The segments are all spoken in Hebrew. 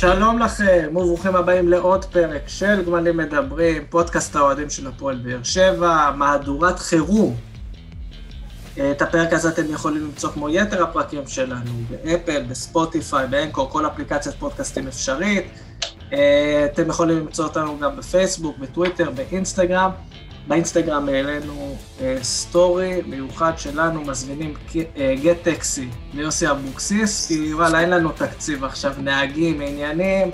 שלום לכם, וברוכים הבאים לעוד פרק של גמלים מדברים, פודקאסט האוהדים של הפועל באר שבע, מהדורת חירום. את הפרק הזה אתם יכולים למצוא כמו יתר הפרקים שלנו, באפל, בספוטיפיי, באנקור, כל אפליקציית פודקאסטים אפשרית. אתם יכולים למצוא אותנו גם בפייסבוק, בטוויטר, באינסטגרם. באינסטגרם העלינו סטורי מיוחד שלנו, מזמינים גט טקסי ליוסי אבוקסיס, כי וואלה אין לנו תקציב עכשיו, נהגים, עניינים.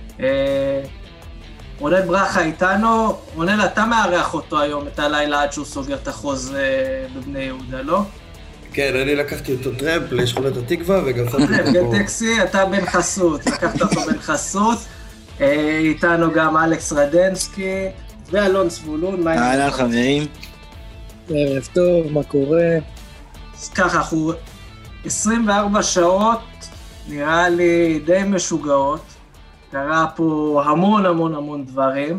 רונן ברכה איתנו, רונן אתה מארח אותו היום את הלילה עד שהוא סוגר את החוז בבני יהודה, לא? כן, אני לקחתי אותו טרמפ לשכונת התקווה וגם שמתי אותו פה. גט טקסי, אתה בן חסות, לקחת אותו בן חסות. איתנו גם אלכס רדנסקי. ואלון סבולון, מה העניין? אהלן חברים. ערב טוב, מה קורה? אז ככה, אנחנו 24 שעות, נראה לי די משוגעות. קרה פה המון דברים.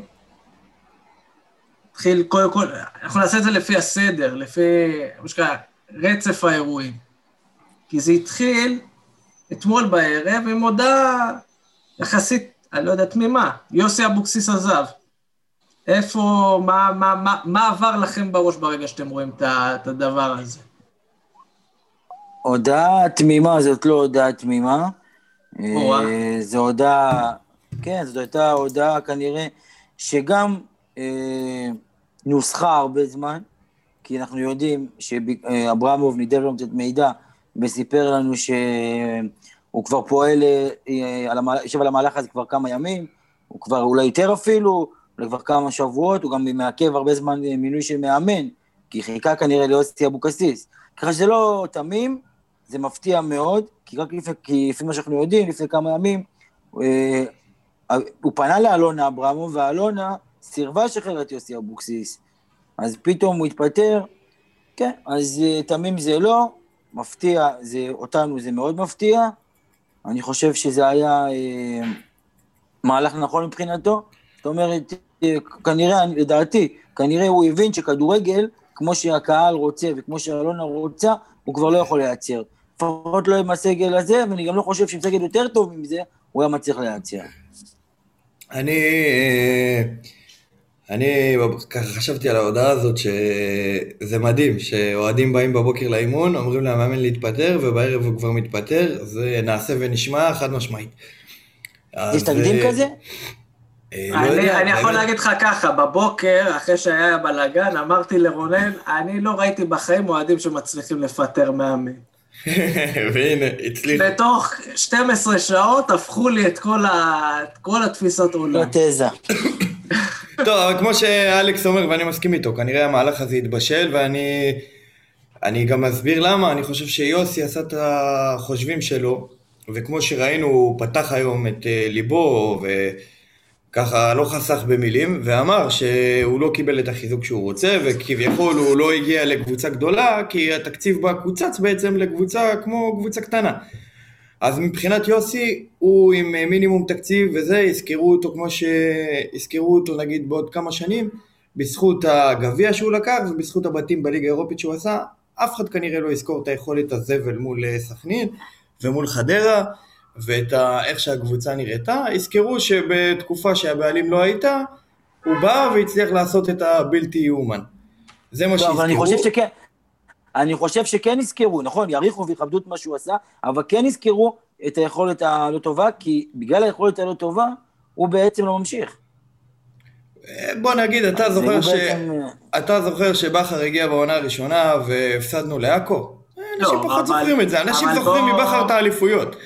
התחיל קודם כל, אנחנו נעשה את זה לפי הסדר, לפי רצף האירועים. כי זה התחיל אתמול בערב עם הודעה יחסית, אני לא יודעת ממה, יוסי אבוקסיס עזב. איפה, מה עבר לכם בראש ברגע שאתם רואים את הדבר הזה? הודעה תמימה, זאת לא הודעה תמימה. זו הודעה, כן, זאת הייתה הודעה כנראה שגם נוסחה הרבה זמן, כי אנחנו יודעים שאברמוב נידב לנו קצת מידע, וסיפר לנו שהוא כבר פועל, יושב על המהלך הזה כבר כמה ימים, הוא כבר אולי יותר אפילו, כבר כמה שבועות, הוא גם מעכב הרבה זמן מינוי של מאמן, כי חיכה כנראה ליוסי אבוקסיס. ככה שזה לא תמים, זה מפתיע מאוד, כי לפי מה שאנחנו יודעים, לפני כמה ימים, הוא פנה לאלונה אברמוב, ואלונה סירבה שחרר את יוסי אבוקסיס. אז פתאום הוא התפטר, כן, אז תמים זה לא, מפתיע, אותנו זה מאוד מפתיע, אני חושב שזה היה מהלך נכון מבחינתו, זאת אומרת, כנראה, לדעתי, כנראה הוא הבין שכדורגל, כמו שהקהל רוצה וכמו שאלונה רוצה, הוא כבר לא יכול לייצר. לפחות לא עם הסגל הזה, ואני גם לא חושב שעם סגל יותר טוב מזה, הוא היה מצליח לייצר. אני ככה חשבתי על ההודעה הזאת, שזה מדהים, שאוהדים באים בבוקר לאימון, אומרים למאמן להתפטר, ובערב הוא כבר מתפטר, זה נעשה ונשמע חד משמעית. יש תקדים כזה? אני יכול להגיד לך ככה, בבוקר, אחרי שהיה בלגן, אמרתי לרונן, אני לא ראיתי בחיים אוהדים שמצליחים לפטר מאמן. והנה, הצליח. בתוך 12 שעות הפכו לי את כל התפיסות עולם. תזה. טוב, אבל כמו שאלכס אומר, ואני מסכים איתו, כנראה המהלך הזה התבשל, ואני גם מסביר למה, אני חושב שיוסי עשה את החושבים שלו, וכמו שראינו, הוא פתח היום את ליבו, ככה לא חסך במילים, ואמר שהוא לא קיבל את החיזוק שהוא רוצה, וכביכול הוא לא הגיע לקבוצה גדולה, כי התקציב בה קוצץ בעצם לקבוצה כמו קבוצה קטנה. אז מבחינת יוסי, הוא עם מינימום תקציב וזה, יזכרו אותו כמו שיזכרו אותו נגיד בעוד כמה שנים, בזכות הגביע שהוא לקח, ובזכות הבתים בליגה האירופית שהוא עשה, אף אחד כנראה לא יזכור את היכולת הזבל מול סכנין ומול חדרה, ואת איך שהקבוצה נראתה, יזכרו שבתקופה שהבעלים לא הייתה, הוא בא והצליח לעשות את הבלתי יאומן. זה מה שיזכרו. אני חושב שכן יזכרו, נכון, יעריכו ויכבדו את מה שהוא עשה, אבל כן יזכרו את היכולת הלא טובה, כי בגלל היכולת הלא טובה, הוא בעצם לא ממשיך. בוא נגיד, אתה זוכר שבחר הגיע בעונה הראשונה, והפסדנו לעכו? אנשים פחות זוכרים את זה, אנשים זוכרים מבחר את האליפויות.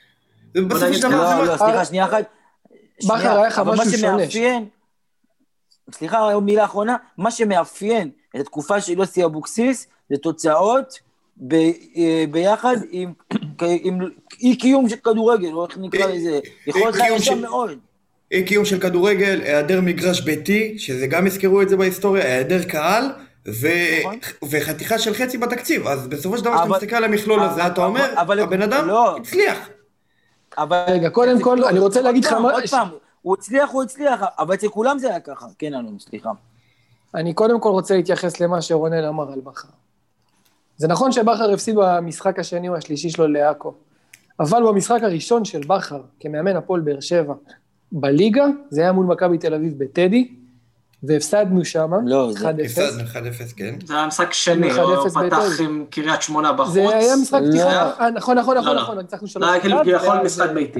סליחה, שנייה אחת. בכר היה לך משהו שונה. סליחה, מילה אחרונה, מה שמאפיין את התקופה של יוסי אבוקסיס, זה תוצאות ביחד עם אי קיום של כדורגל, או איך נקרא לזה, יכול להיות חיישה מאוד. אי קיום של כדורגל, היעדר מגרש ביתי, שזה גם הזכרו את זה בהיסטוריה, היעדר קהל, וחתיכה של חצי בתקציב, אז בסופו של דבר שאתה מסתכל על המכלול הזה, אתה אומר, הבן אדם הצליח. רגע, קודם כל, אני רוצה להגיד לך עוד פעם, הוא הצליח, אבל אצל כולם זה היה ככה, כן אלון, סליחה. אני קודם כל רוצה להתייחס למה שרונן אמר על בכר. זה נכון שבכר הפסיד במשחק השני או השלישי שלו לעכו, אבל במשחק הראשון של בכר, כמאמן הפועל באר שבע, בליגה, זה היה מול מכבי תל אביב בטדי, והפסדנו שם, 1-0. הפסדנו 1-0, כן. זה היה משחק שני, הוא פתח עם קריית שמונה בחוץ. זה היה משחק פתיחה, נכון, ניצחנו 3-1. יכול משחק ביתי.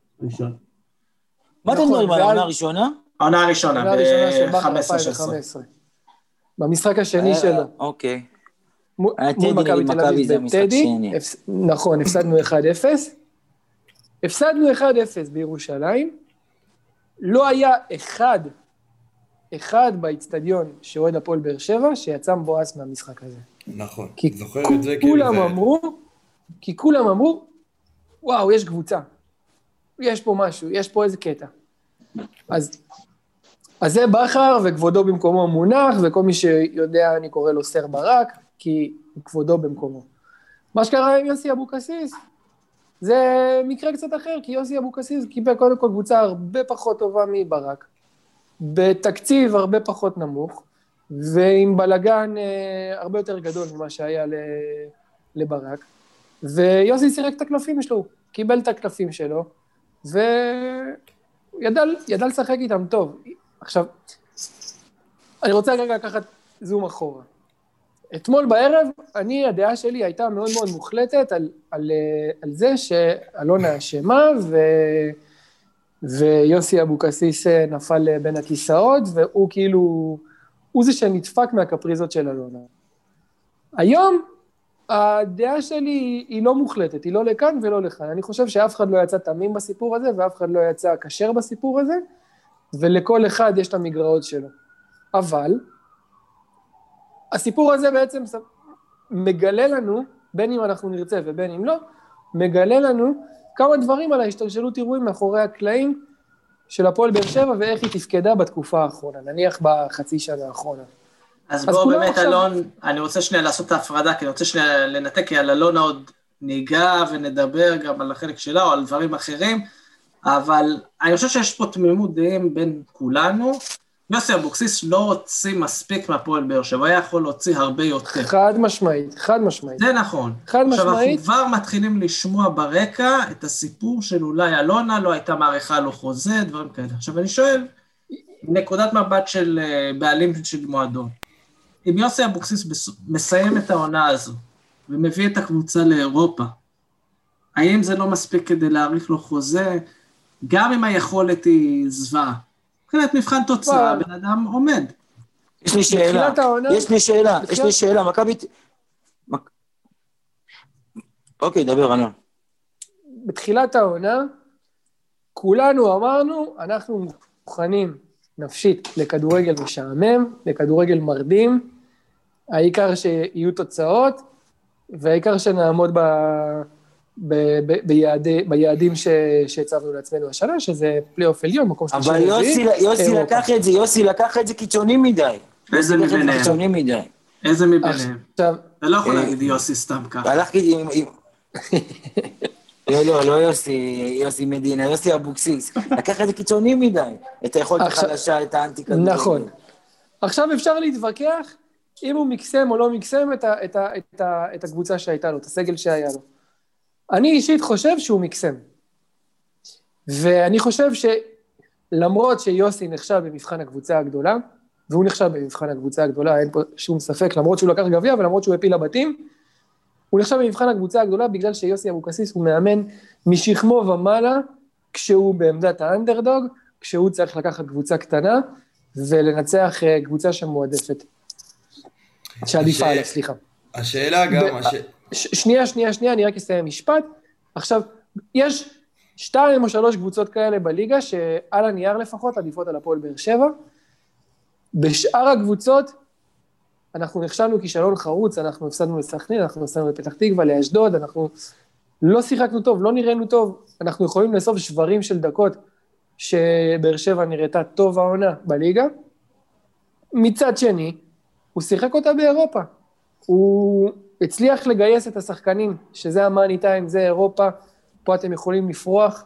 מה אתם מדברים על העונה הראשונה? העונה הראשונה, ב-15-16. במשחק השני שלו. אוקיי. מול מכבי תל אביב בטדי, נכון, הפסדנו 1-0. הפסדנו 1-0 בירושלים, לא היה אחד באצטדיון שאוהד הפועל באר שבע, שיצא מבואס מהמשחק הזה. נכון, זוכר את זה כי כולם אמרו, וואו, יש קבוצה, יש פה משהו, יש פה איזה קטע. אז זה בכר וכבודו במקומו מונח, וכל מי שיודע אני קורא לו סר ברק, כי כבודו במקומו. מה שקרה עם יוסי אבוקסיס, זה מקרה קצת אחר, כי יוסי אבוקסיס קיבל קודם כל קבוצה הרבה פחות טובה מברק, בתקציב הרבה פחות נמוך, ועם בלגן הרבה יותר גדול ממה שהיה לברק, ויוסי סירק את הקלפים שלו, קיבל את הקלפים שלו, וידע לשחק איתם טוב. עכשיו, אני רוצה רגע לקחת זום אחורה. אתמול בערב, הדעה שלי הייתה מאוד מאוד מוחלטת על זה שאלונה אשמה, ויוסי אבוקסיס נפל בין הכיסאות, והוא כאילו, הוא זה שנדפק מהקפריזות של אלונה. היום, הדעה שלי היא לא מוחלטת, היא לא לכאן ולא לכאן. אני חושב שאף אחד לא יצא תמים בסיפור הזה, ואף אחד לא יצא קשר בסיפור הזה, ולכל אחד יש את המגרעות שלו. אבל, הסיפור הזה בעצם מגלה לנו, בין אם אנחנו נרצה ובין אם לא, מגלה לנו כמה דברים על ההשתלשלות אירועים מאחורי הקלעים של הפועל באר שבע, ואיך היא תפקדה בתקופה האחרונה, נניח בחצי שנה האחרונה. אז בואו באמת אלון, אני רוצה שנייה לעשות את ההפרדה, כי אני רוצה שנייה לנתק, כי על אלונה עוד ניגע ונדבר גם על החלק שלה או על דברים אחרים, אבל אני חושב שיש פה תמימות דעים בין כולנו, יוסי אבוקסיס לא הוציא מספיק מהפועל באר שבע, היה יכול להוציא הרבה יותר. חד משמעית. זה נכון. עכשיו אנחנו כבר מתחילים לשמוע ברקע את הסיפור של אולי אלונה, לא הייתה מעריכה לו חוזה, דברים כאלה. עכשיו אני שואל, נקודת מבט של בעלים של מועדון, אם יוסי אבוקסיס מסיים את העונה הזו, ומביא את הקבוצה לאירופה, האם זה לא מספיק כדי להעריך לו חוזה, גם אם היכולת היא זוועה? מבחינת מבחן תוצאה, בן אדם עומד. יש לי שאלה, מכבי... אוקיי, דבר, אלון. בתחילת העונה, כולנו אמרנו, אנחנו מוכנים נפשית לכדורגל משעמם, לכדורגל מרדים, העיקר שיהיו תוצאות, והעיקר שנעמוד ביעדים שהצבנו לעצמנו השנה, שזה פלייאוף עליון, מקום שלישי. אבל יוסי לקח את זה קיצוני מדי. איזה מביניהם? איזה מביניהם? אתה לא יכול להגיד יוסי סתם ככה. הלכתי עם... לא יוסי מדינה, יוסי אבוקסיס. לקח את זה קיצוני מדי. את היכולת החלשה, את האנטי-כדורגל. נכון. עכשיו אפשר להתווכח אם הוא מקסם או לא מקסם את הקבוצה שהייתה לו, את הסגל שהיה לו. אני אישית חושב שהוא מקסם. ואני חושב שלמרות שיוסי נחשב במבחן הקבוצה הגדולה, והוא נחשב במבחן הקבוצה הגדולה, אין פה שום ספק, למרות שהוא לקח גביע ולמרות שהוא הפיל לבתים, הוא נחשב במבחן הקבוצה הגדולה בגלל שיוסי אבוקסיס הוא מאמן משכמו ומעלה, כשהוא בעמדת האנדרדוג, כשהוא צריך לקחת קבוצה קטנה, ולנצח קבוצה שמועדפת. שעדיפה עליו, סליחה. השאלה גם... שנייה, אני רק אסיים משפט. עכשיו, יש 2 או 3 קבוצות כאלה בליגה, שעל הנייר לפחות עדיפות על הפועל באר שבע. בשאר הקבוצות, אנחנו נכשלנו כישלון חרוץ, אנחנו הפסדנו לסכנין, אנחנו הפסדנו לפתח תקווה, לאשדוד, אנחנו לא שיחקנו טוב, לא נראינו טוב, אנחנו יכולים לאסוף שברים של דקות, שבאר שבע נראתה טוב העונה בליגה. מצד שני, הוא שיחק אותה באירופה. הוא הצליח לגייס את השחקנים, שזה המאני טיים, זה אירופה, פה אתם יכולים לפרוח.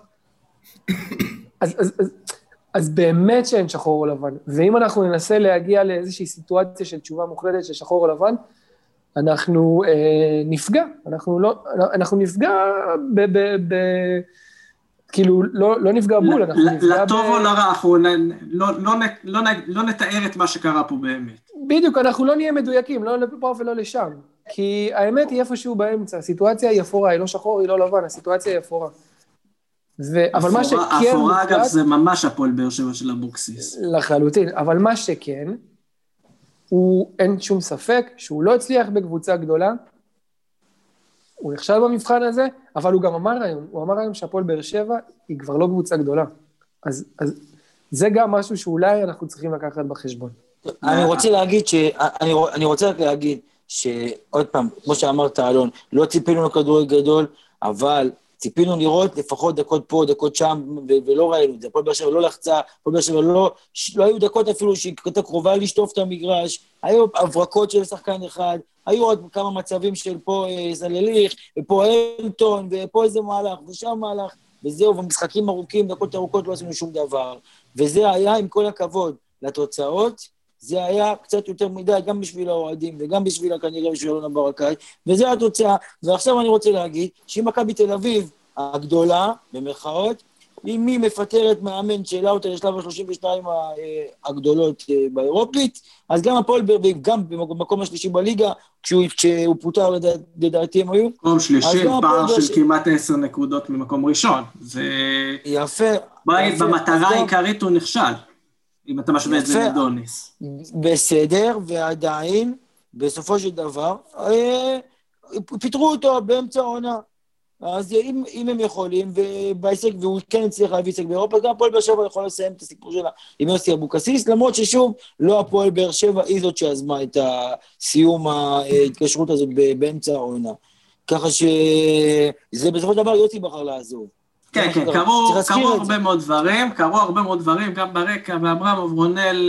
אז באמת שאין שחור או לבן. ואם אנחנו ננסה להגיע לאיזושהי סיטואציה של תשובה מוחלטת של שחור או לבן, אנחנו נפגע, אנחנו נפגע כאילו, לא נפגע בול, אנחנו נפגע לטוב או לרע, אנחנו לא נתאר את מה שקרה פה באמת. בדיוק, אנחנו לא נהיה מדויקים, לא לפה ולא לשם, כי האמת היא איפשהו באמצע, הסיטואציה היא אפורה, היא לא שחור, היא לא לבן, הסיטואציה היא אפורה. אבל מה שכן... אפורה, אגב, זה ממש הפועל באר שבע של אבוקסיס. לחלוטין, אבל מה שכן, אין שום ספק שהוא לא הצליח בקבוצה גדולה, הוא נכשל במבחן הזה, אבל הוא גם אמר היום שהפועל באר שבע היא כבר לא קבוצה גדולה. אז זה גם משהו שאולי אנחנו צריכים לקחת בחשבון. אני רוצה להגיד שעוד פעם, כמו שאמרת אלון, לא ציפינו לכדורגל גדול, אבל ציפינו לראות לפחות דקות פה, דקות שם, ולא ראינו את זה. הפועל באר שבע לא לחצה, הפועל באר שבע לא היו דקות אפילו שהייתה קרובה לשטוף את המגרש, היו הברקות של שחקן אחד, היו עוד כמה מצבים של פה זלליך, ופה אלטון, ופה איזה מהלך, ושם מהלך, וזהו, במשחקים ארוכים, דקות ארוכות לא עשינו שום דבר. וזה היה, עם כל הכבוד לתוצאות, זה היה קצת יותר מדי, גם בשביל האוהדים, וגם בשביל כנראה בשביל אלונה ברקאי, וזה התוצאה. ועכשיו אני רוצה להגיד, שאם מכבי תל אביב הגדולה, במרכאות, אם היא מפטרת מאמן שאלה אותה לשלב ה-32 הגדולות באירופית, אז גם הפועל באר שבע, גם במקום השלישי בליגה, כשהוא פוטר לדעתי הם היו. מקום שלישי, פער של כמעט 10 נקודות ממקום ראשון. זה... יפה. במטרה העיקרית הוא נכשל, אם אתה משווה את זה לדוניס. בסדר, ועדיין, בסופו של דבר, פיטרו אותו באמצע העונה. אז אם הם יכולים, והוא כן הצליח להביא הישג באירופה, גם הפועל באר שבע יכול לסיים את הסיפור שלה עם יוסי אבוקסיס, למרות ששוב, לא הפועל באר שבע היא זאת שיזמה את סיום ההתקשרות הזאת באמצע העונה. ככה שזה בסופו של דבר יוסי בחר לעזוב. כן, כן, קראו הרבה מאוד דברים, גם ברקע, ואברהם רונל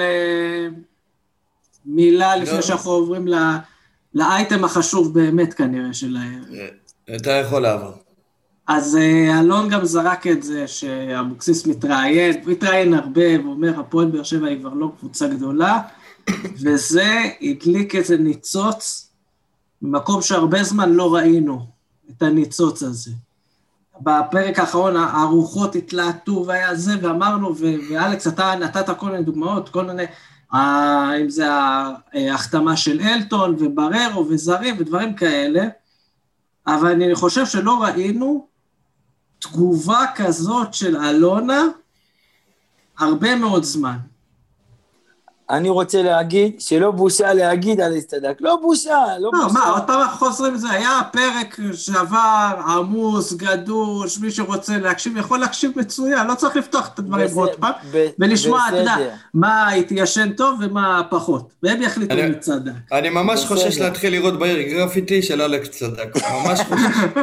מילה לפני שאנחנו עוברים לאייטם החשוב באמת כנראה שלהם. אתה יכול לעבור. אז אלון גם זרק את זה שאבוקסיס מתראיין הרבה, ואומר, הפועל באר שבע היא כבר לא קבוצה גדולה, וזה הדליק איזה ניצוץ, במקום שהרבה זמן לא ראינו את הניצוץ הזה. בפרק האחרון הרוחות התלהטו והיה זה, ואמרנו, ואלכס, אתה נתת כל מיני דוגמאות, כל מיני, אם זה ההחתמה של אלטון ובררו וזרים ודברים כאלה, אבל אני חושב שלא ראינו תגובה כזאת של אלונה הרבה מאוד זמן. אני רוצה להגיד שלא בושה להגיד על הסתדק, לא בושה, לא בושה. מה, עוד פעם אנחנו חוזרים לזה, היה פרק שעבר עמוס, גדוש, מי שרוצה להקשיב, יכול להקשיב מצוין, לא צריך לפתוח את הדברים עוד פעם, ולשמוע, אתה יודע, מה התיישן טוב ומה פחות, והם יחליטו מצדק. אני ממש חושש להתחיל לראות בעיר גרפיטי של אלכס צדק, ממש חושש.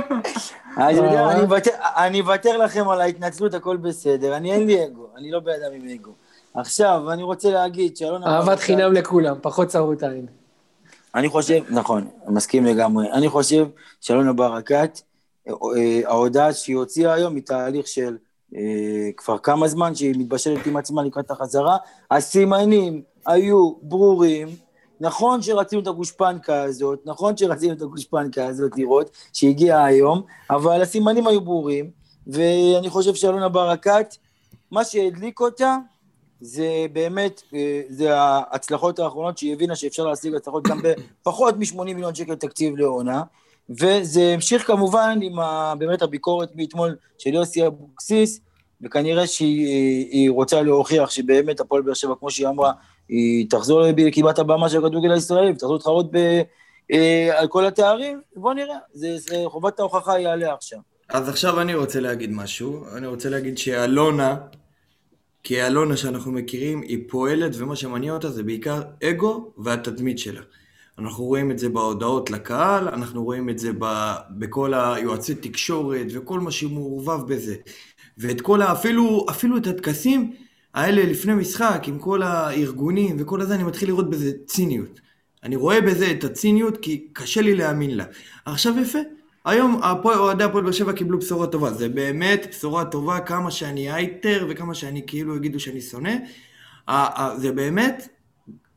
אני אוותר לכם על ההתנצלות, הכל בסדר, אין לי אגו, אני לא באדם עם אגו. עכשיו, אני רוצה להגיד אהבת חינם לכולם, פחות צרות עין. אני חושב, נכון, מסכים לגמרי, אני חושב שאלונה ברקת, ההודעה שהיא הוציאה היום, היא תהליך של כבר כמה זמן שהיא מתבשלת עם עצמה לקראת החזרה, הסימנים היו ברורים, נכון שרצינו את הגושפנקה הזאת, לראות שהגיעה היום, אבל הסימנים היו ברורים, ואני חושב שאלונה ברקת, מה שהדליק אותה, זה באמת, זה ההצלחות האחרונות שהיא הבינה שאפשר להשיג הצלחות גם בפחות מ-80 מיליון שקל תקציב לעונה, וזה המשיך כמובן עם באמת הביקורת מאתמול של יוסי אבוקסיס, וכנראה שהיא רוצה להוכיח שבאמת הפועל באר שבע, כמו שהיא אמרה, היא תחזור לכיבת הבמה של הכדורגל הישראלי, ותחזור להתחרות על כל התארים, בוא נראה, זה חובת ההוכחה יעלה עכשיו. אז עכשיו אני רוצה להגיד משהו, אני רוצה להגיד שאלונה, כי האלונה שאנחנו מכירים היא פועלת, ומה שמניע אותה זה בעיקר אגו והתדמית שלה. אנחנו רואים את זה בהודעות לקהל, אנחנו רואים את זה בכל היועצי תקשורת, וכל מה שמעורבב בזה. ואת כל אפילו את התקסים האלה לפני משחק, עם כל הארגונים וכל הזה, אני מתחיל לראות בזה ציניות. אני רואה בזה את הציניות, כי קשה לי להאמין לה. עכשיו יפה. היום אוהדי הפועל באר שבע קיבלו בשורה טובה, זה באמת בשורה טובה, כמה שאני הייטר וכמה שאני כאילו יגידו שאני שונא, זה באמת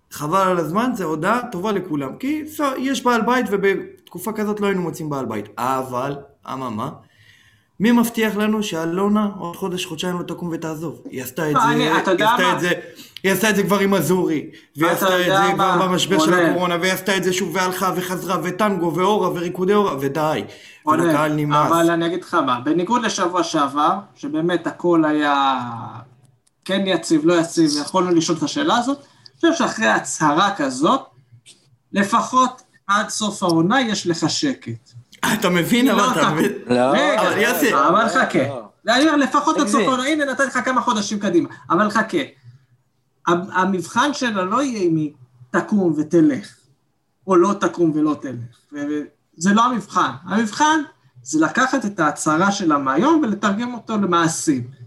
חבל על הזמן, זה הודעה טובה לכולם, כי יש בעל בית, ובתקופה כזאת לא היינו מוצאים בעל בית. אבל, אממה, מי מבטיח לנו שאלונה עוד חודש, חודשיים לא תקום ותעזוב? היא עשתה את זה, היא עשתה את זה כבר עם אזורי, והיא עשתה את זה כבר במשבר של הקורונה, והיא עשתה את זה שוב והלכה וחזרה, וטנגו ואורה וריקודי אורה, ודי. ולקהל נמאס. אבל אני אגיד לך מה, בניגוד לשבוע שעבר, שבאמת הכל היה כן יציב, לא יציב, יכולנו לשאול את השאלה הזאת, אני חושב שאחרי הצהרה כזאת, לפחות עד סוף העונה יש לך שקט. אתה מבין, אבל אתה מבין. רגע, אבל חכה. לפחות עד סוף העונה, הנה נתתי לך כמה חודשים קדימה, אבל חכה. המבחן שלה לא יהיה אם היא תקום ותלך, או לא תקום ולא תלך. זה לא המבחן. המבחן זה לקחת את ההצהרה שלה מהיום ולתרגם אותו למעשים.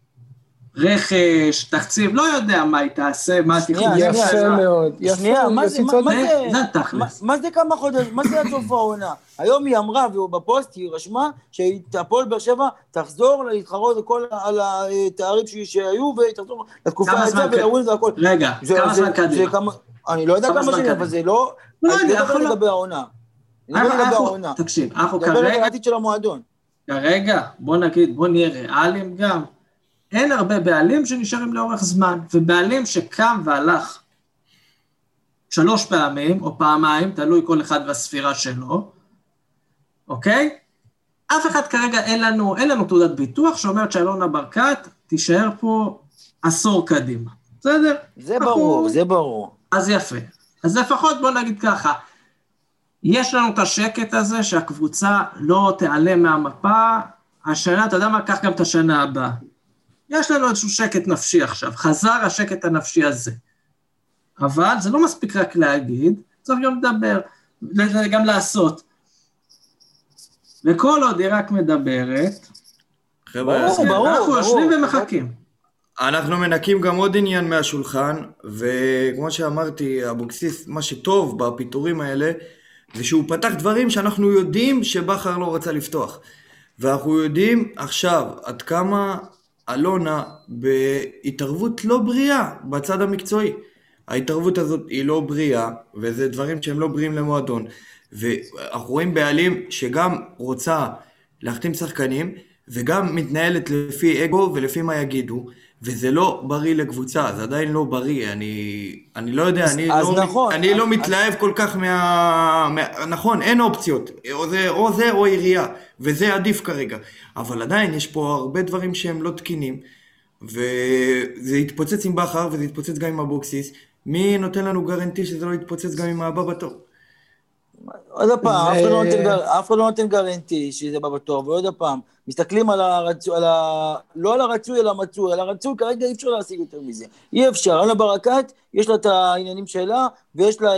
רכש, תקציב, לא יודע מה היא תעשה, מה תכנון. יפה מאוד. שנייה, זה התכלס. מה זה כמה חודשים, מה זה עד סוף העונה? היום היא אמרה, ובפוסט היא רשמה, שהפועל באר שבע תחזור להתחרות על התארים שהיו, ותחזור לתקופה הזאת ולאווין והכל. רגע, כמה זמן קדימה? אני לא יודע כמה זמן, אבל זה לא... לא יודע, יכול לגבי העונה. תקשיב, אנחנו כרגע... העתיד של המועדון. כרגע, בוא נהיה ריאליים גם. אין הרבה בעלים שנשארים לאורך זמן, ובעלים שקם והלך 3 פעמים, או פעמיים, תלוי כל אחד והספירה שלו, אוקיי? אף אחד כרגע אין לנו תעודת ביטוח, שאומרת שאלונה ברקת תישאר פה עשור קדימה. בסדר? זה ברור. אז יפה. אז לפחות בוא נגיד ככה, יש לנו את השקט הזה, שהקבוצה לא תיעלם מהמפה, השנה, אתה יודע מה, קח גם את השנה הבאה. יש לנו איזשהו שקט נפשי עכשיו, חזר השקט הנפשי הזה. אבל זה לא מספיק רק להגיד, צריך גם לדבר, גם לעשות. וכל עוד היא רק מדברת, אנחנו יושבים ומחכים. אנחנו מנקים גם עוד עניין מהשולחן, וכמו שאמרתי, אבוקסיס, מה שטוב בפיתורים האלה, זה שהוא פתח דברים שאנחנו יודעים שבחר לא רצה לפתוח. ואנחנו יודעים עכשיו עד כמה... אלונה בהתערבות לא בריאה בצד המקצועי. ההתערבות הזאת היא לא בריאה, וזה דברים שהם לא בריאים למועדון. ואנחנו רואים בעלים שגם רוצה להחתים שחקנים, וגם מתנהלת לפי אגו ולפי מה יגידו, וזה לא בריא לקבוצה, זה עדיין לא בריא, אני לא יודע, אני לא מתלהב כל כך נכון, אין אופציות, או זה או עירייה, וזה עדיף כרגע, אבל עדיין יש פה הרבה דברים שהם לא תקינים, וזה יתפוצץ עם בחר, וזה יתפוצץ גם עם אבוקסיס, מי נותן לנו גרנטי שזה לא יתפוצץ גם עם הבא בתור? עוד פעם, אף אחד לא נותן גרנטי שזה בא בתור, ועוד פעם, מסתכלים על הרצוי, לא על הרצוי, אלא המצוי, על הרצוי כרגע אי אפשר להשיג יותר מזה, אי אפשר, אלונה ברקת, יש לה את העניינים שלה, ויש לה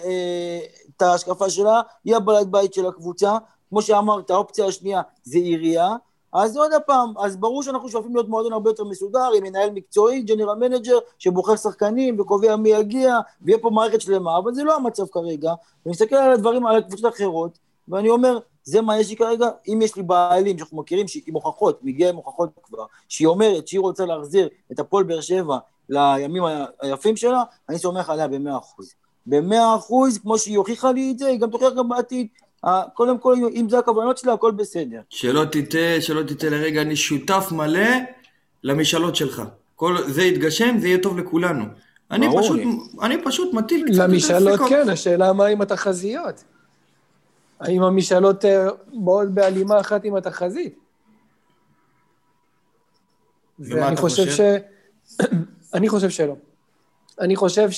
את ההשקפה שלה, היא הבעלת בית של הקבוצה, כמו שאמרת, האופציה השנייה זה עירייה, אז עוד פעם, אז ברור שאנחנו שואפים להיות מועדון הרבה יותר מסודר, עם מנהל מקצועי, ג'נרל מנג'ר, שבוחר שחקנים וקובע מי יגיע, ויהיה פה מערכת שלמה, אבל זה לא המצב כרגע, ואני מסתכל על הדברים, על הקבוצות האחרות, ואני אומר, זה מה יש לי כרגע, אם יש לי בעלים שאנחנו מכירים, שהיא מוכחות, מגיעה עם מוכחות כבר, שהיא אומרת שהיא רוצה להחזיר את הפועל באר שבע לימים היפים שלה, אני סומך עליה ב100%. ב100%, כמו שהיא הוכיחה לי את זה, היא גם תוכיח גם בעתיד, קודם כל, אם זה הכוונות שלה, הכל בסדר. שלא תיתה לרגע, אני שותף מלא למשאלות שלך. כל זה יתגשם, זה יהיה טוב לכולנו. אני פשוט מטיל קצת... למשאלות כן, השאלה מה עם התחזיות? האם המשאלות באות בהלימה אחת עם התחזית? ומה אתה חושב? אני חושב שלא. אני חושב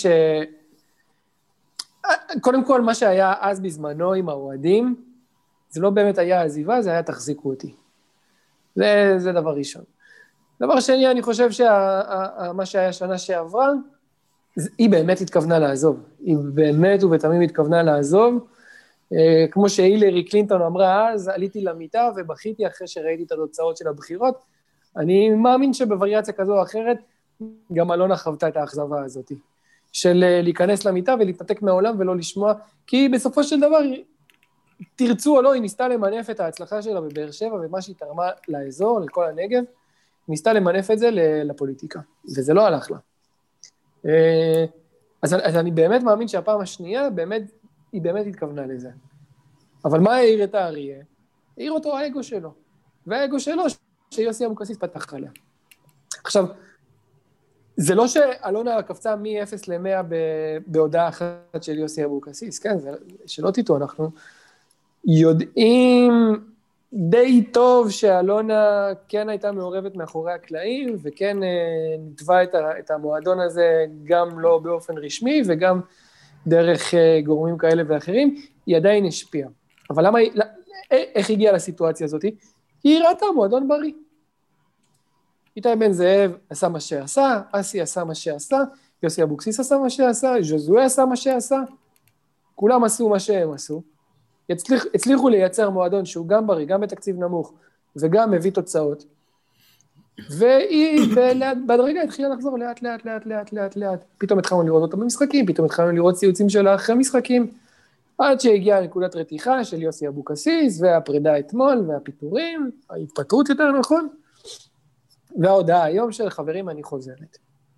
קודם כל, מה שהיה אז בזמנו עם האוהדים, זה לא באמת היה עזיבה, זה היה תחזיקו אותי. זה דבר ראשון. דבר שני, אני חושב שמה שהיה שנה שעברה, היא באמת התכוונה לעזוב. היא באמת ובתמים התכוונה לעזוב. כמו שהילרי קלינטון אמרה אז, עליתי למיטה ובכיתי אחרי שראיתי את התוצאות של הבחירות. אני מאמין שבווריאציה כזו או אחרת, גם אלונה חוותה את האכזבה הזאת. של להיכנס למיטה ולהתנתק מהעולם ולא לשמוע, כי בסופו של דבר, תרצו או לא, היא ניסתה למנף את ההצלחה שלה בבאר שבע, ומה שהיא תרמה לאזור, לכל הנגב, ניסתה למנף את זה לפוליטיקה, וזה לא הלך לה. אז אני באמת מאמין שהפעם השנייה, היא באמת התכוונה לזה. אבל מה העיר את האריה? העיר אותו האגו שלו. והאגו שלו, שיוסי אבוקסיס פתח עליה. עכשיו, זה לא שאלונה קפצה מ-0 ל-100 בהודעה אחת של יוסי אבוקסיס, כן? שלא תיתו, אנחנו יודעים די טוב שאלונה כן הייתה מעורבת מאחורי הקלעים, וכן נתבע את המועדון הזה גם לא באופן רשמי, וגם דרך גורמים כאלה ואחרים, היא עדיין השפיעה. אבל למה, איך הגיעה לסיטואציה הזאת? היא ראתה מועדון בריא. איתי בן זאב עשה מה שעשה, אסי עשה מה שעשה, יוסי אבוקסיס עשה מה שעשה, ז'וזואה עשה מה שעשה, כולם עשו מה שהם עשו, הצליחו לייצר מועדון שהוא גם בריא, גם בתקציב נמוך, וגם מביא תוצאות, והיא בדרגה התחילה לחזור לאט, פתאום התחלנו לראות אותה במשחקים, פתאום התחלנו לראות ציוצים שלה אחרי משחקים, עד שהגיעה נקודת רתיחה של יוסי אבוקסיס, והפרידה אתמול, והפיטורים, ההתפטרות יותר נכון, וההודעה היום של חברים אני חוזרת.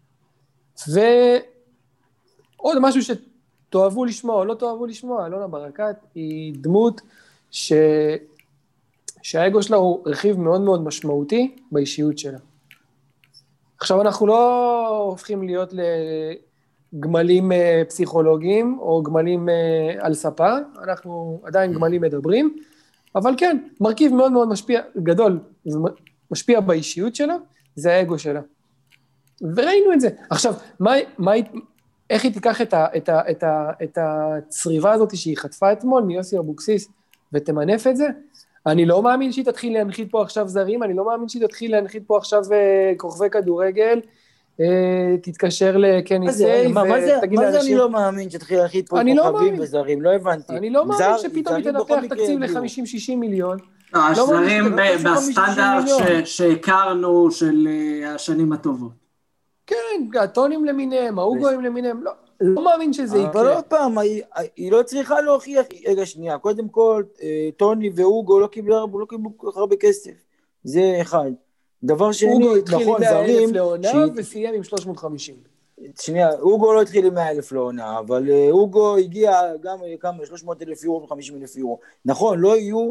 ועוד משהו שתאהבו לשמוע או לא תאהבו לשמוע, אלונה ברקת היא דמות שהאגו שלה הוא רכיב מאוד מאוד משמעותי באישיות שלה. עכשיו אנחנו לא הופכים להיות לגמלים פסיכולוגיים או גמלים על ספה, אנחנו עדיין גמלים מדברים, אבל כן, מרכיב מאוד מאוד משפיע, גדול, משפיע באישיות שלה, זה האגו שלה. וראינו את זה. עכשיו, איך היא תיקח את הצריבה הזאת שהיא חטפה אתמול מיוסי אבוקסיס ותמנף את זה? אני לא מאמין שהיא תתחיל להנחית פה עכשיו זרים, אני לא מאמין שהיא תתחיל להנחית פה עכשיו כוכבי כדורגל, תתקשר לקני סיי ותגיד לאנשים... מה זה אני לא מאמין שתתחיל להנחית פה כוכבים וזרים? לא הבנתי. אני לא מאמין שפתאום היא תנתח תקציב ל-50-60 מיליון. השזרים בסטנדרט שהכרנו של השנים הטובות. כן, הטונים למיניהם, ההוגויים למיניהם, לא מאמין שזה יקרה. אבל עוד פעם, היא לא צריכה להוכיח, רגע שנייה, קודם כל, טוני והוגו לא קיבלו כל כך הרבה כסף, זה אחד. דבר שני, הוגו התחיל עם 100,000 לעונה וסיים עם 350. שנייה, הוגו לא התחיל עם 100,000 לעונה, אבל הוגו הגיע גם כמה, 300,000 יורו ו50,000 יורו. נכון, לא יהיו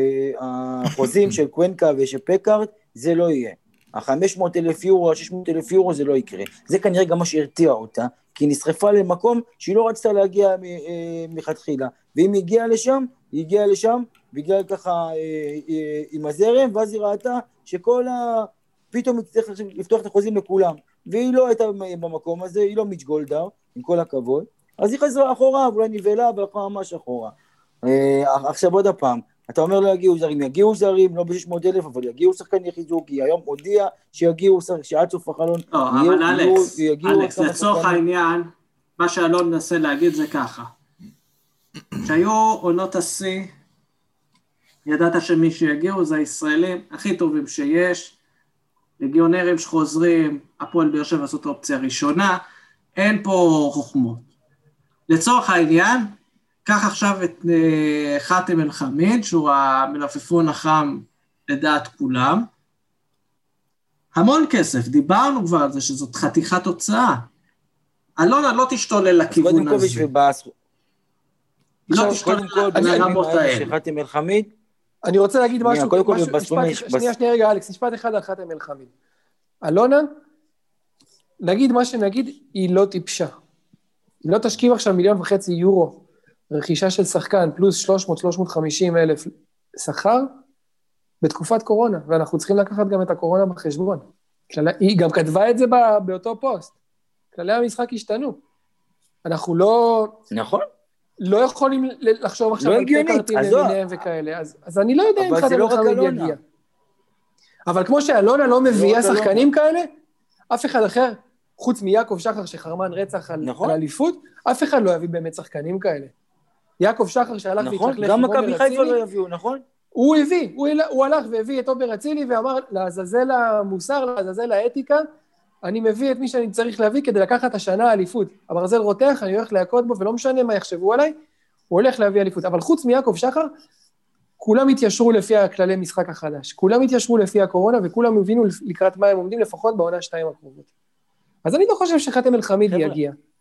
החוזים של קוונקה ושל פקארט, זה לא יהיה. ה-500,000 יורו, ה-600,000 יורו, זה לא יקרה. זה כנראה גם מה שהרתיע אותה, כי היא נשרפה למקום שהיא לא רצתה להגיע מחתחילה. ואם היא הגיעה לשם, בגלל ככה עם הזרם, ואז היא ראתה פתאום היא תצטרך לפתוח את החוזים לכולם. והיא לא הייתה במקום הזה, היא לא מיץ' גולדהר, עם כל הכבוד. אז היא חזרה אחורה, ואולי נבלה, אבל ממש אחורה. עכשיו עוד הפעם, אתה אומר לא יגיעו זרים, לא ב-600,000, אבל יגיעו שחקני חיזוק, כי היום הודיע שיגיעו שעד סוף החלון. לא, אבל אלכס, לצורך העניין, מה שאלון מנסה להגיד זה ככה. שהיו עונות השיא, ידעת שמי שיגיעו זה הישראלים הכי טובים שיש, לגיונרים שחוזרים, הפועל באר שבע זאת האופציה הראשונה, אין פה חוכמות. לצורך העניין, קח עכשיו את חאתם אל-חמיד, שהוא המלפפון החם לדעת כולם. המון כסף, דיברנו כבר על זה שזאת חתיכת הוצאה. אלונה לא תשתולל לכיוון הזה. לא תשתולל לרמות האלה. חאתם אל-חמיד? אני רוצה להגיד משהו, שנייה רגע אלכס, משפט אחד על חאתם אל-חמיד. אלונה, נגיד מה שנגיד, היא לא טיפשה. היא לא תשקיע עכשיו 1.5 מיליון יורו, רכישה של שחקן פלוס 300-350 אלף שכר, בתקופת קורונה, ואנחנו צריכים לקחת גם את הקורונה בחשבון. היא גם כתבה את זה באותו פוסט. כללי המשחק השתנו. אנחנו לא... נכון. לא יכולים לחשוב עכשיו על פקארטים למיניהם וכאלה, אז אני לא יודע אם חאתם אל-חמיד יגיע. אבל כמו שאלונה לא מביאה שחקנים כאלה, אף אחד אחר, חוץ מיעקב שחר שחרמן רצח על אליפות, אף אחד לא יביא באמת שחקנים כאלה. יעקב שחר שהלך והתחלך גם מכבי חיפה לא יביאו, נכון? הוא הביא, הוא הלך והביא את עומר אצילי ואמר לעזאזל המוסר, לעזאזל האתיקה, אני מביא את מי שאני צריך להביא כדי לקחת השנה האליפות. הברזל רותח, אני הולך להכות בו ולא משנה מה יחשבו עליי, הוא הולך להביא אליפות. אבל חוץ מיעקב שחר, כולם התיישרו לפי הכללי משחק החדש, כולם התיישרו לפי הקורונה וכולם הבינו לקראת מה הם עומדים לפחות בעונה 2 הקרובות. אז אני לא חושב שחאתם אל-חמיד יגיע.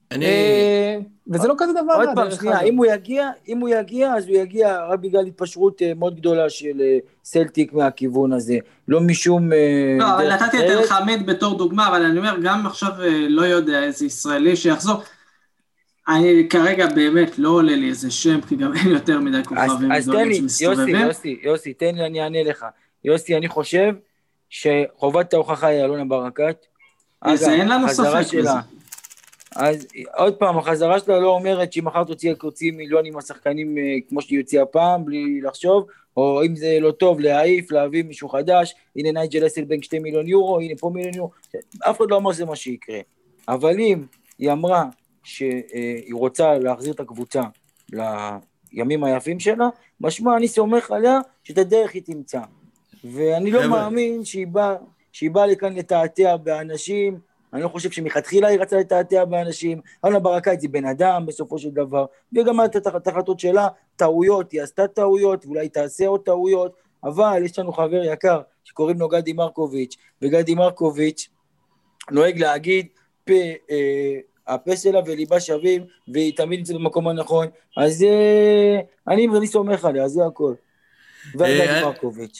וזה לא כזה דבר. עוד פעם, שנייה, אם הוא יגיע, אז הוא יגיע רק בגלל התפשרות מאוד גדולה של סלטיק מהכיוון הזה, לא משום... לא, אבל נתתי את אלחמיד בתור דוגמה, אבל אני אומר, גם עכשיו לא יודע איזה ישראלי שיחזור, אני כרגע באמת לא עולה לי איזה שם, כי גם אין יותר מדי כוכבים גדולים שמסתובבים. יוסי, תן לי, אני אענה לך. יוסי, אני חושב שחובת ההוכחה היא אלונה ברקת. זה אין לנו ספק בזה. אז עוד פעם, החזרה שלה לא אומרת שהיא מחר תוציא מיליונים השחקנים כמו שהיא יוציאה פעם, בלי לחשוב, או אם זה לא טוב, להעיף, להביא מישהו חדש, הנה נייג'ל אסלבנק 2 מיליון יורו, הנה פה מיליון יורו, אף אחד לא אמר שזה מה שיקרה. אבל אם היא אמרה שהיא רוצה להחזיר את הקבוצה לימים היפים שלה, משמע אני סומך עליה שאת הדרך היא תמצא. ואני לא מאמין שהיא באה לכאן לתעתע באנשים, אני לא חושב שמחתחילה היא רצה לתעתע באנשים, אלונה ברקת זה בן אדם בסופו של דבר, וגם את ההחלטות שלה, טעויות, היא עשתה טעויות, ואולי תעשה עוד טעויות, אבל יש לנו חבר יקר שקוראים לו גדי מרקוביץ', וגדי מרקוביץ' נוהג להגיד, הפה שלה וליבה שווים, והיא תמיד נמצאת במקום הנכון, אז אני סומך עליה, זה הכל. וגדי מרקוביץ'.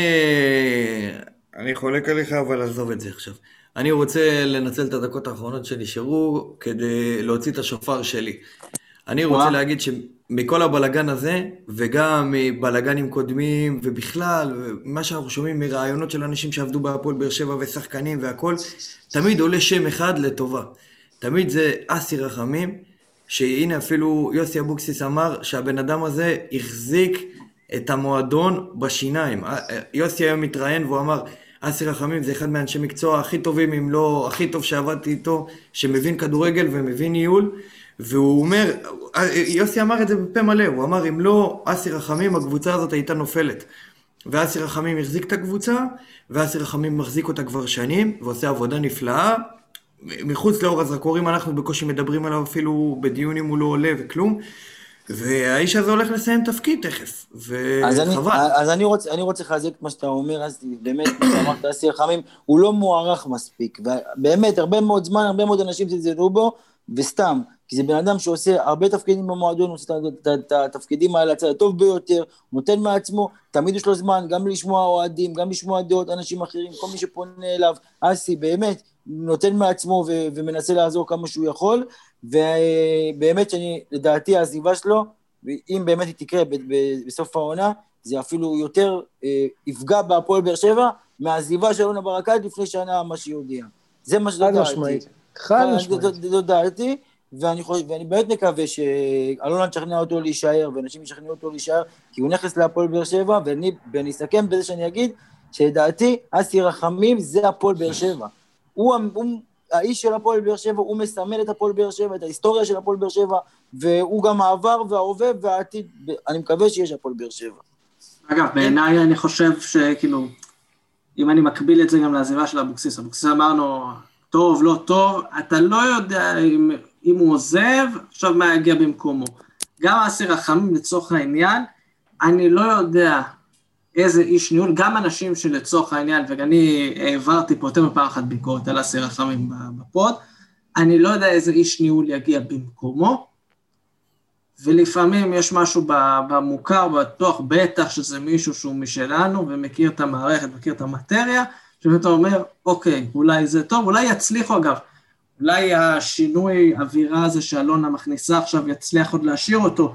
אני חולק עליך, אבל עזוב את זה עכשיו. אני רוצה לנצל את הדקות האחרונות שנשארו כדי להוציא את השופר שלי. אני רוצה להגיד שמכל הבלגן הזה, וגם מבלגנים קודמים, ובכלל, מה שאנחנו שומעים מרעיונות של אנשים שעבדו בהפועל באר שבע ושחקנים והכל, תמיד עולה שם אחד לטובה. תמיד זה אסי רחמים, שהנה אפילו יוסי אבוקסיס אמר שהבן אדם הזה החזיק את המועדון בשיניים. יוסי היום מתראיין והוא אמר, אסי רחמים זה אחד מהאנשי מקצוע הכי טובים, אם לא הכי טוב שעבדתי איתו, שמבין כדורגל ומבין ניהול, והוא אומר, יוסי אמר את זה בפה מלא, הוא אמר, אם לא אסי רחמים, הקבוצה הזאת הייתה נופלת. ואסי רחמים החזיק את הקבוצה, ואסי רחמים מחזיק אותה כבר שנים, ועושה עבודה נפלאה. מחוץ לאור הזרקורים אנחנו בקושי מדברים עליו, אפילו בדיונים הוא לא עולה וכלום. והאיש הזה הולך לסיים תפקיד תכף, וחבל. אז אני רוצה לחזק מה שאתה אומר, אז באמת, כמו שאמרת, אסי רחמים, הוא לא מוערך מספיק, ובאמת, הרבה מאוד זמן, הרבה מאוד אנשים זלזלו בו, וסתם, כי זה בן אדם שעושה הרבה תפקידים במועדון, הוא עושה את התפקידים האלה הצד הטוב ביותר, הוא נותן מעצמו, תמיד יש לו זמן, גם לשמוע אוהדים, גם לשמוע דעות אנשים אחרים, כל מי שפונה אליו, אסי, באמת, נותן מעצמו ומנסה לעזור כמה שהוא יכול, ובאמת שאני, לדעתי, העזיבה שלו, אם באמת היא תקרה בסוף העונה, זה אפילו יותר יפגע בהפועל באר שבע, מהעזיבה של אלונה ברקת לפני שנה מה שהיא הודיעה. זה מה שדעתי. חד משמעית. זו דעתי, ואני באמת מקווה שאלונה תשכנע אותו להישאר, ואנשים ישכנעו אותו להישאר, כי הוא נכנס להפועל באר שבע, ואני אסכם בזה שאני אגיד, שלדעתי, אסי רחמים זה הפועל באר שבע. הוא האיש של הפועל באר שבע, הוא מסמל את הפועל באר שבע, את ההיסטוריה של הפועל באר שבע, והוא גם העבר וההווה והעתיד, אני מקווה שיש הפועל באר שבע. אגב, בעיניי אני חושב שכאילו, אם אני מקביל את זה גם לעזיבה של אבוקסיס, אבוקסיס אמרנו, טוב, לא טוב, אתה לא יודע אם הוא עוזב, עכשיו מה יגיע במקומו. גם אסי רחמים לצורך העניין, אני לא יודע איזה איש ניהול, גם אנשים שלצורך העניין, ואני העברתי פה יותר מפעם אחת ביקורת על אסי רחמים בפוד, אני לא יודע איזה איש ניהול יגיע במקומו, ולפעמים יש משהו במוכר, בטוח, בטח שזה מישהו שהוא משלנו, ומכיר את המערכת, מכיר את המטריה, שאתה אומר, אוקיי, אולי זה טוב, אולי יצליחו אגב, אולי השינוי האווירה הזה שאלונה מכניסה עכשיו, יצליח עוד להשאיר אותו.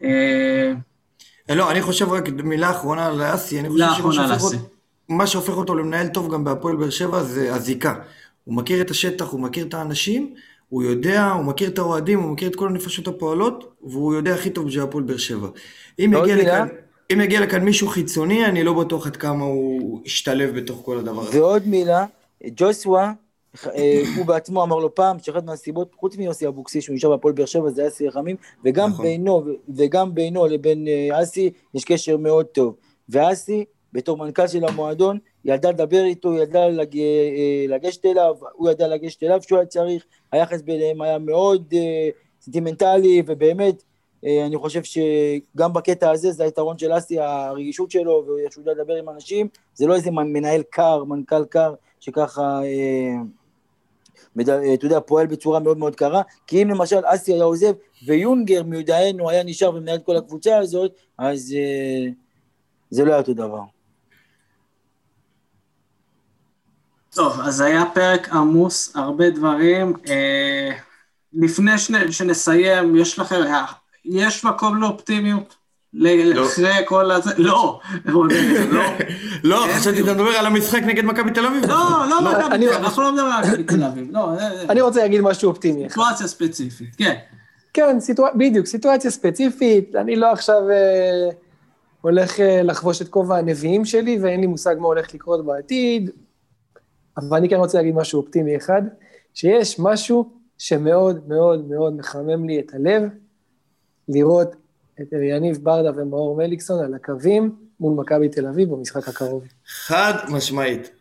לא, אני חושב רק מילה אחרונה על אסי, אני חושב שמה שהופך אותו למנהל טוב גם בהפועל באר שבע זה הזיקה. הוא מכיר את השטח, הוא מכיר את האנשים, הוא יודע, הוא מכיר את האוהדים, הוא מכיר את כל הנפשות הפועלות, והוא יודע הכי טוב בשביל הפועל באר שבע. אם יגיע לכאן מישהו חיצוני, אני לא בטוח עד כמה הוא ישתלב בתוך כל הדבר הזה. ועוד מילה, ג'וסווה, הוא בעצמו אמר לו פעם, שאחת מהסיבות, חוץ מיוסי אבוקסיס, שהוא נשאר בהפועל באר שבע, זה אסי רחמים, וגם בינו לבין אסי, יש קשר מאוד טוב. ואסי, בתור מנכ"ל של המועדון, ידע לדבר איתו, ידע לגשת אליו, הוא ידע לגשת אליו שהוא היה צריך, היחס ביניהם היה מאוד סנטימנטלי, ובאמת, אני חושב שגם בקטע הזה, זה היתרון של אסי, הרגישות שלו, שהוא ידע לדבר עם אנשים, זה לא איזה מנהל קר, מנכ"ל קר, שככה אתה יודע, פועל בצורה מאוד מאוד קרה, כי אם למשל אסי היה עוזב, ויונגר מיודענו היה נשאר ומנהל כל הקבוצה הזאת, אז זה לא היה אותו דבר. טוב, אז היה פרק עמוס, הרבה דברים. לפני שנסיים, יש מקום לאופטימיות? אחרי כל הזה? לא. לא, חשבתי אתה מדבר על המשחק נגד מכבי תל אביב. לא, אנחנו לא מדבר על מכבי תל אביב. אני רוצה להגיד משהו אופטימי. סיטואציה ספציפית, כן. כן, בדיוק, סיטואציה ספציפית. אני לא עכשיו הולך לחבוש את כובע הנביאים שלי, ואין לי מושג מה הולך לקרות בעתיד, אבל אני כן רוצה להגיד משהו אופטימי אחד, שיש משהו שמאוד מאוד מאוד מחמם לי את הלב, לראות את יניב ברדה ומאור מליקסון על הקווים מול מכבי תל אביב במשחק הקרוב. חד משמעית.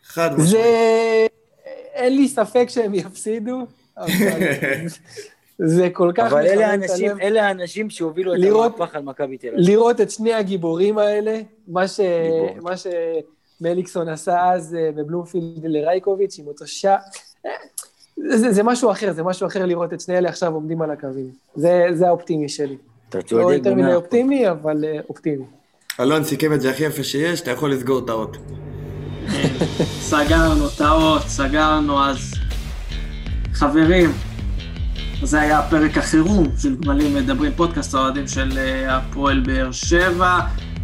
אין לי ספק שהם יפסידו, אבל זה כל כך אבל אלה האנשים שהובילו את המהפך על מכבי תל אביב. לראות את שני הגיבורים האלה, מה שמליקסון עשה אז בבלומפילד לרייקוביץ' עם אותו זה משהו אחר לראות את שני אלה עכשיו עומדים על הקווים. זה האופטימי שלי. לא יותר מדי אופטימי, אבל אופטימי. אלון סיכם את זה הכי יפה שיש, אתה יכול לסגור את האות. סגרנו את האות, אז חברים, זה היה פרק החירום של גמלים מדברים, פודקאסט האוהדים של הפועל באר שבע.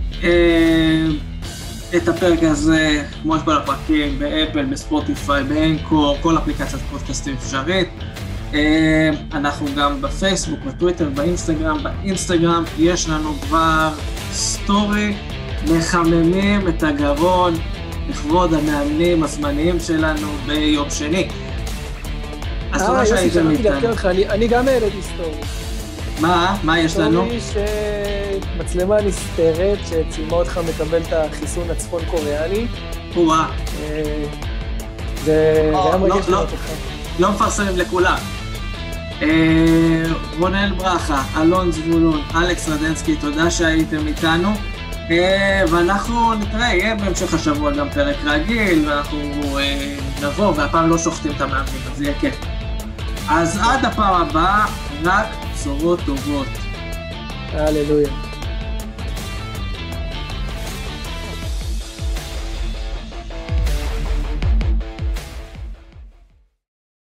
את הפרק הזה, כמו את כל הפרקים, באפל, בספוטיפיי, באנקור, כל אפליקציית פודקאסטים אפשרית. אנחנו גם בפייסבוק, בטוויטר, באינסטגרם יש לנו כבר סטורי, מחממים את הגרון לכבוד המאמנים הזמניים שלנו ביום שני. אז תודה שהייתם איתנו. אני גם העליתי סטורי. מה יש לנו? סטורי שמצלמה נסתרת שצילמה אותך מקבל את החיסון הצפון קוריאני. זה היה מרגיש לראות אותך. לא מפרסמים לכולם. רונל ברכה, אלון זבולון, אלכס רדנסקי, תודה שהייתם איתנו. ואנחנו נתראה, יהיה בהמשך השבוע גם פרק רגיל, ואנחנו נבוא, והפעם לא שוחטים את המאמנים, אז יהיה כיף. אז עד הפעם הבאה, רק בשורות טובות. הללויה.